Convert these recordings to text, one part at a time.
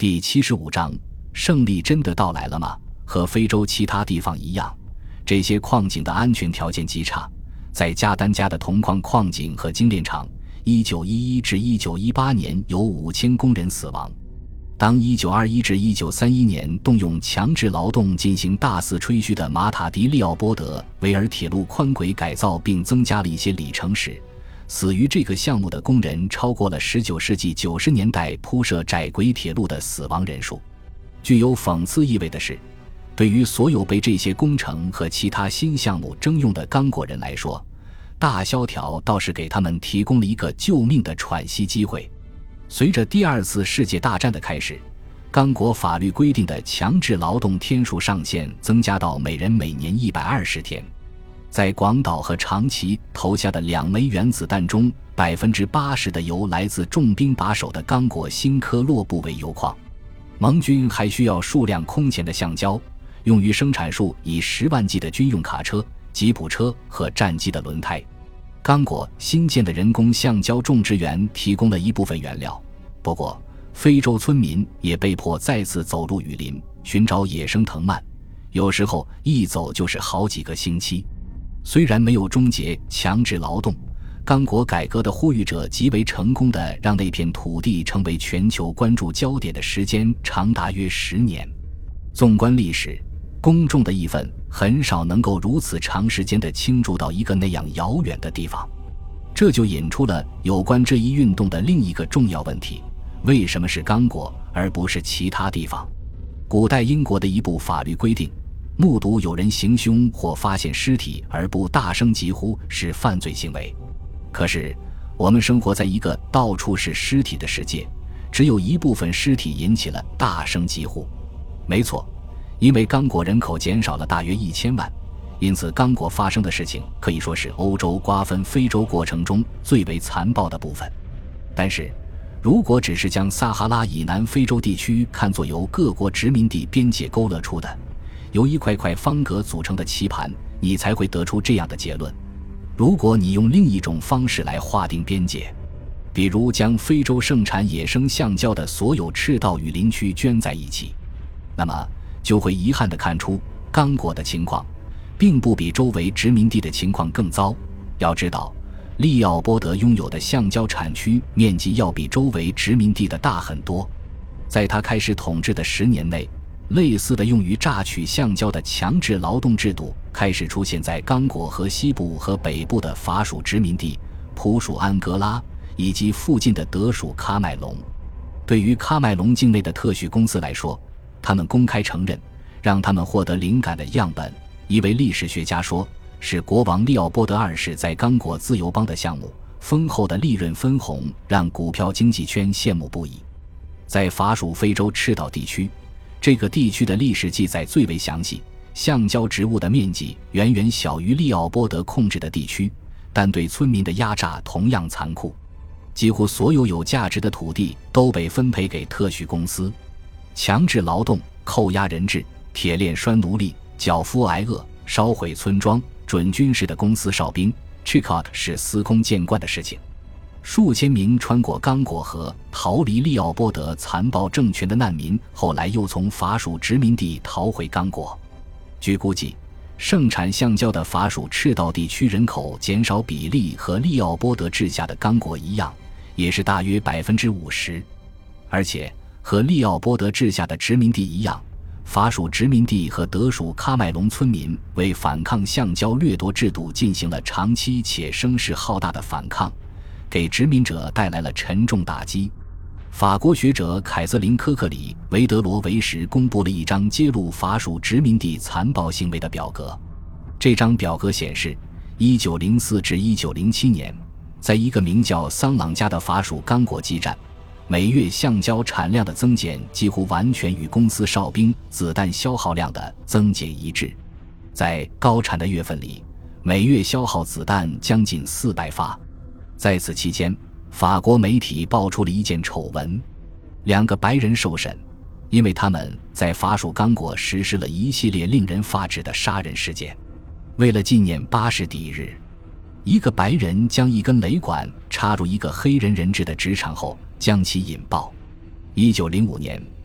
第75章，胜利真的到来了吗？和非洲其他地方一样，这些矿井的安全条件极差。在加丹加的铜矿矿井和精炼厂，1911至1918年有5000工人死亡。当1921至1931年动用强制劳动进行大肆吹嘘的马塔迪利奥波德维尔铁路宽轨改造并增加了一些里程时，死于这个项目的工人超过了19世纪90年代铺设窄轨铁路的死亡人数。具有讽刺意味的是，对于所有被这些工程和其他新项目征用的刚果人来说，大萧条倒是给他们提供了一个救命的喘息机会。随着第二次世界大战的开始，刚果法律规定的强制劳动天数上限增加到每人每年120天。在广岛和长崎投下的2枚原子弹中，80%的油来自重兵把守的刚果新科洛部位油矿。盟军还需要数量空前的橡胶，用于生产数以10万计的军用卡车、吉普车和战机的轮胎。刚果新建的人工橡胶种植园提供了一部分原料，不过非洲村民也被迫再次走入雨林，寻找野生藤蔓，有时候一走就是好几个星期。虽然没有终结强制劳动，刚果改革的呼吁者极为成功地让那片土地成为全球关注焦点的时间长达约10年。纵观历史，公众的义愤很少能够如此长时间地倾注到一个那样遥远的地方。这就引出了有关这一运动的另一个重要问题：为什么是刚果而不是其他地方？古代英国的一部法律规定，目睹有人行凶或发现尸体而不大声疾呼是犯罪行为。可是我们生活在一个到处是尸体的世界，只有一部分尸体引起了大声疾呼。没错，因为刚果人口减少了大约1000万，因此刚果发生的事情可以说是欧洲瓜分非洲过程中最为残暴的部分。但是如果只是将撒哈拉以南非洲地区看作由各国殖民地边界勾勒出的由一块块方格组成的棋盘，你才会得出这样的结论。如果你用另一种方式来划定边界，比如将非洲盛产野生橡胶的所有赤道雨林区圈在一起，那么就会遗憾地看出刚果的情况并不比周围殖民地的情况更糟。要知道，利奥波德拥有的橡胶产区面积要比周围殖民地的大很多。在他开始统治的10年内，类似的用于榨取橡胶的强制劳动制度开始出现在刚果和西部和北部的法属殖民地普属安哥拉以及附近的德属喀麦隆。对于喀麦隆境内的特许公司来说，他们公开承认让他们获得灵感的样本，一位历史学家说，是国王利奥波德2世在刚果自由邦的项目，丰厚的利润分红让股票经济圈羡慕不已。在法属非洲赤道地区，这个地区的历史记载最为详细，橡胶植物的面积远远小于利奥波德控制的地区，但对村民的压榨同样残酷。几乎所有有价值的土地都被分配给特许公司，强制劳动、扣押人质、铁链拴奴隶、绞夫挨饿、烧毁村庄、准军事的公司哨兵 Chicot 是司空见惯的事情。数千名穿过刚果河逃离利奥波德残暴政权的难民后来又从法属殖民地逃回刚果。据估计，盛产橡胶的法属赤道地区人口减少比例和利奥波德治下的刚果一样，也是大约 50%。 而且和利奥波德治下的殖民地一样，法属殖民地和德属喀麦隆村民为反抗橡胶掠夺制度进行了长期且声势浩大的反抗，给殖民者带来了沉重打击。法国学者凯瑟琳·科克里维德罗维什公布了一张揭露法属殖民地残暴行为的表格。这张表格显示，1904至1907年，在一个名叫桑朗加的法属刚果基站，每月橡胶产量的增减几乎完全与公司哨兵子弹消耗量的增减一致。在高产的月份里，每月消耗子弹将近400发。在此期间，法国媒体爆出了一件丑闻：2个白人受审，因为他们在法属刚果实施了一系列令人发指的杀人事件。为了纪念巴士底日，一个白人将一根雷管插入一个黑人人质的直肠后将其引爆。1905年，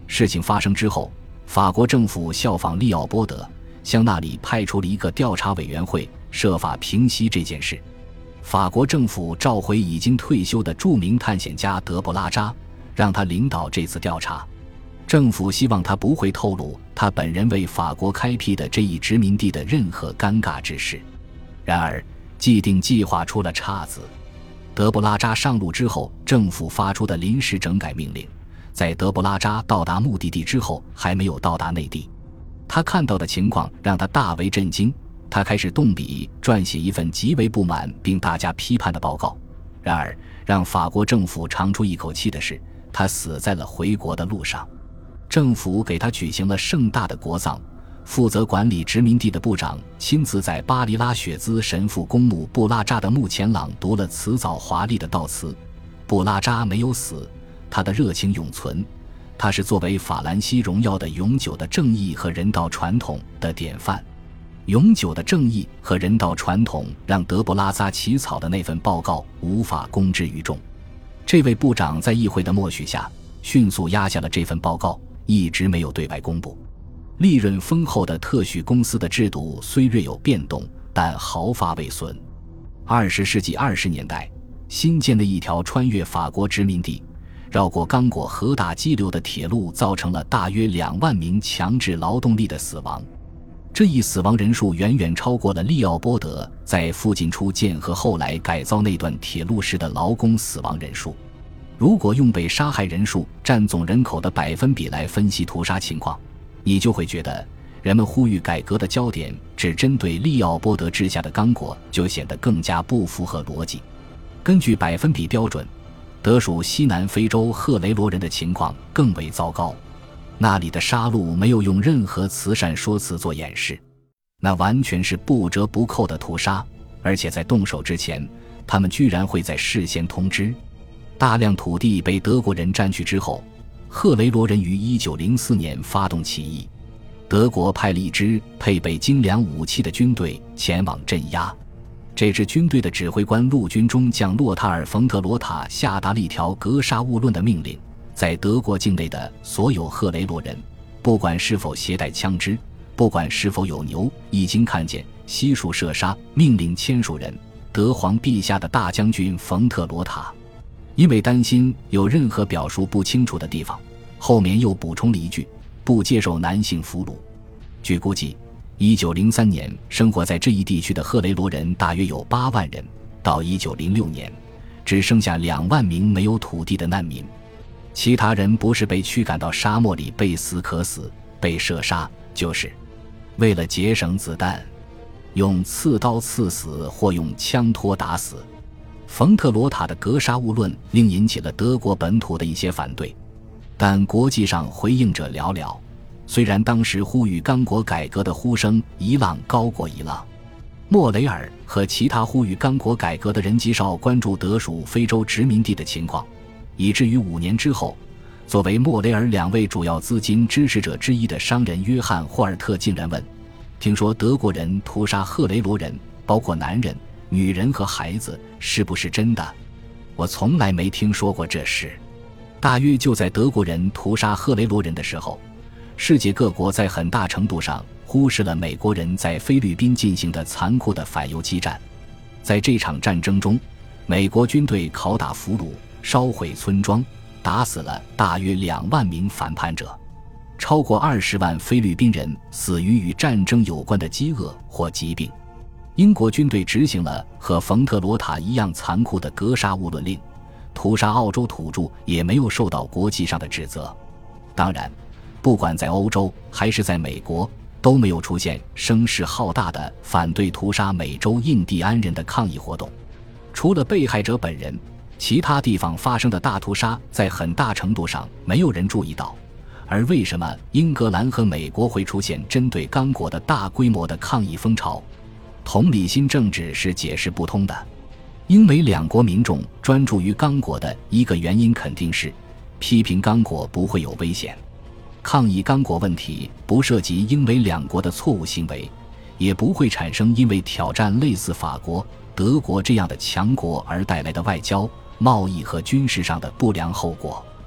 事情发生之后，法国政府效仿利奥波德，向那里派出了一个调查委员会，设法平息这件事。法国政府召回已经退休的著名探险家德布拉扎，让他领导这次调查。政府希望他不会透露他本人为法国开辟的这一殖民地的任何尴尬之事。然而既定计划出了岔子。德布拉扎上路之后，政府发出的临时整改命令，在德布拉扎到达目的地之后还没有到达内地。他看到的情况让他大为震惊，他开始动笔撰写一份极为不满并大加批判的报告。然而让法国政府长出一口气的是，他死在了回国的路上。政府给他举行了盛大的国葬，负责管理殖民地的部长亲自在巴黎拉雪兹神父公墓布拉扎的墓前朗读了辞藻华丽的悼词。布拉扎没有死，他的热情永存，他是作为法兰西荣耀的永久的正义和人道传统的典范。永久的正义和人道传统让德布拉扎起草的那份报告无法公之于众。这位部长在议会的默许下迅速压下了这份报告，一直没有对外公布。利润丰厚的特许公司的制度虽略有变动，但毫发未损。20世纪20年代，新建的一条穿越法国殖民地、绕过刚果河大激流的铁路造成了大约2万名强制劳动力的死亡。这一死亡人数远远超过了利奥波德在附近初建和后来改造那段铁路时的劳工死亡人数。如果用被杀害人数占总人口的百分比来分析屠杀情况，你就会觉得人们呼吁改革的焦点只针对利奥波德治下的刚果就显得更加不符合逻辑。根据百分比标准，德属西南非洲赫雷罗人的情况更为糟糕。那里的杀戮没有用任何慈善说辞做掩饰，那完全是不折不扣的屠杀，而且在动手之前，他们居然会在事先通知。大量土地被德国人占据之后，赫雷罗人于1904年发动起义，德国派了一支配备精良武器的军队前往镇压。这支军队的指挥官陆军中将洛塔尔·冯特罗塔下达了一条格杀勿论的命令，在德国境内的所有赫雷罗人，不管是否携带枪支，不管是否有牛，一经看见悉数射杀。命令签署人德皇陛下的大将军冯特罗塔。因为担心有任何表述不清楚的地方，后面又补充了一句：不接受男性俘虏。据估计，1903年生活在这一地区的赫雷罗人大约有8万人，到1906年，只剩下2万名没有土地的难民。其他人不是被驱赶到沙漠里被死渴死、被射杀，就是为了节省子弹，用刺刀刺死或用枪托打死。冯特罗塔的格杀勿论另引起了德国本土的一些反对，但国际上回应者寥寥。虽然当时呼吁刚果改革的呼声一浪高过一浪，莫雷尔和其他呼吁刚果改革的人极少关注德属非洲殖民地的情况，以至于5年之后，作为莫雷尔2位主要资金支持者之一的商人约翰·霍尔特竟然问：听说德国人屠杀赫雷罗人，包括男人、女人和孩子，是不是真的？我从来没听说过这事。大约就在德国人屠杀赫雷罗人的时候，世界各国在很大程度上忽视了美国人在菲律宾进行的残酷的反游击战。在这场战争中，美国军队拷打俘虏，烧毁村庄，打死了大约2万名反叛者，超过20万菲律宾人死于与战争有关的饥饿或疾病。英国军队执行了和冯特罗塔一样残酷的格杀勿论令，屠杀澳洲土著也没有受到国际上的指责。当然，不管在欧洲还是在美国，都没有出现声势浩大的反对屠杀美洲印第安人的抗议活动。除了被害者本人，其他地方发生的大屠杀在很大程度上没有人注意到。而为什么英格兰和美国会出现针对刚果的大规模的抗议风潮？同理心政治是解释不通的。英美两国民众专注于刚果的一个原因肯定是批评刚果不会有危险。抗议刚果问题不涉及英美两国的错误行为，也不会产生因为挑战类似法国、德国这样的强国而带来的外交、贸易和军事上的不良后果。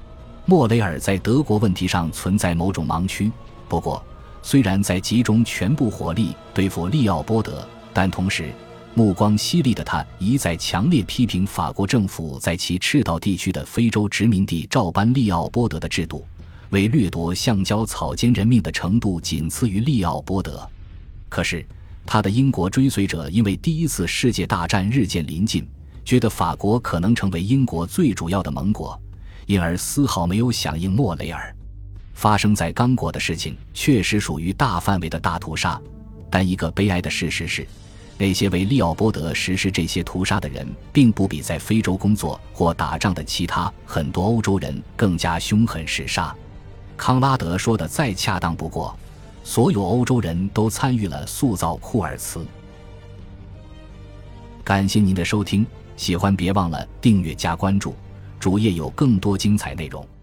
莫雷尔在德国问题上存在某种盲区，不过虽然在集中全部火力对付利奥波德，但同时目光犀利的他一再强烈批评法国政府在其赤道地区的非洲殖民地照搬利奥波德的制度，为掠夺橡胶草菅人命的程度仅次于利奥波德。可是他的英国追随者因为第一次世界大战日渐临近，觉得法国可能成为英国最主要的盟国，因而丝毫没有响应莫雷尔。发生在刚果的事情确实属于大范围的大屠杀，但一个悲哀的事实是，那些为利奥波德实施这些屠杀的人并不比在非洲工作或打仗的其他很多欧洲人更加凶狠嗜杀。康拉德说的再恰当不过，所有欧洲人都参与了塑造库尔茨。感谢您的收听，喜欢别忘了订阅加关注，主页有更多精彩内容。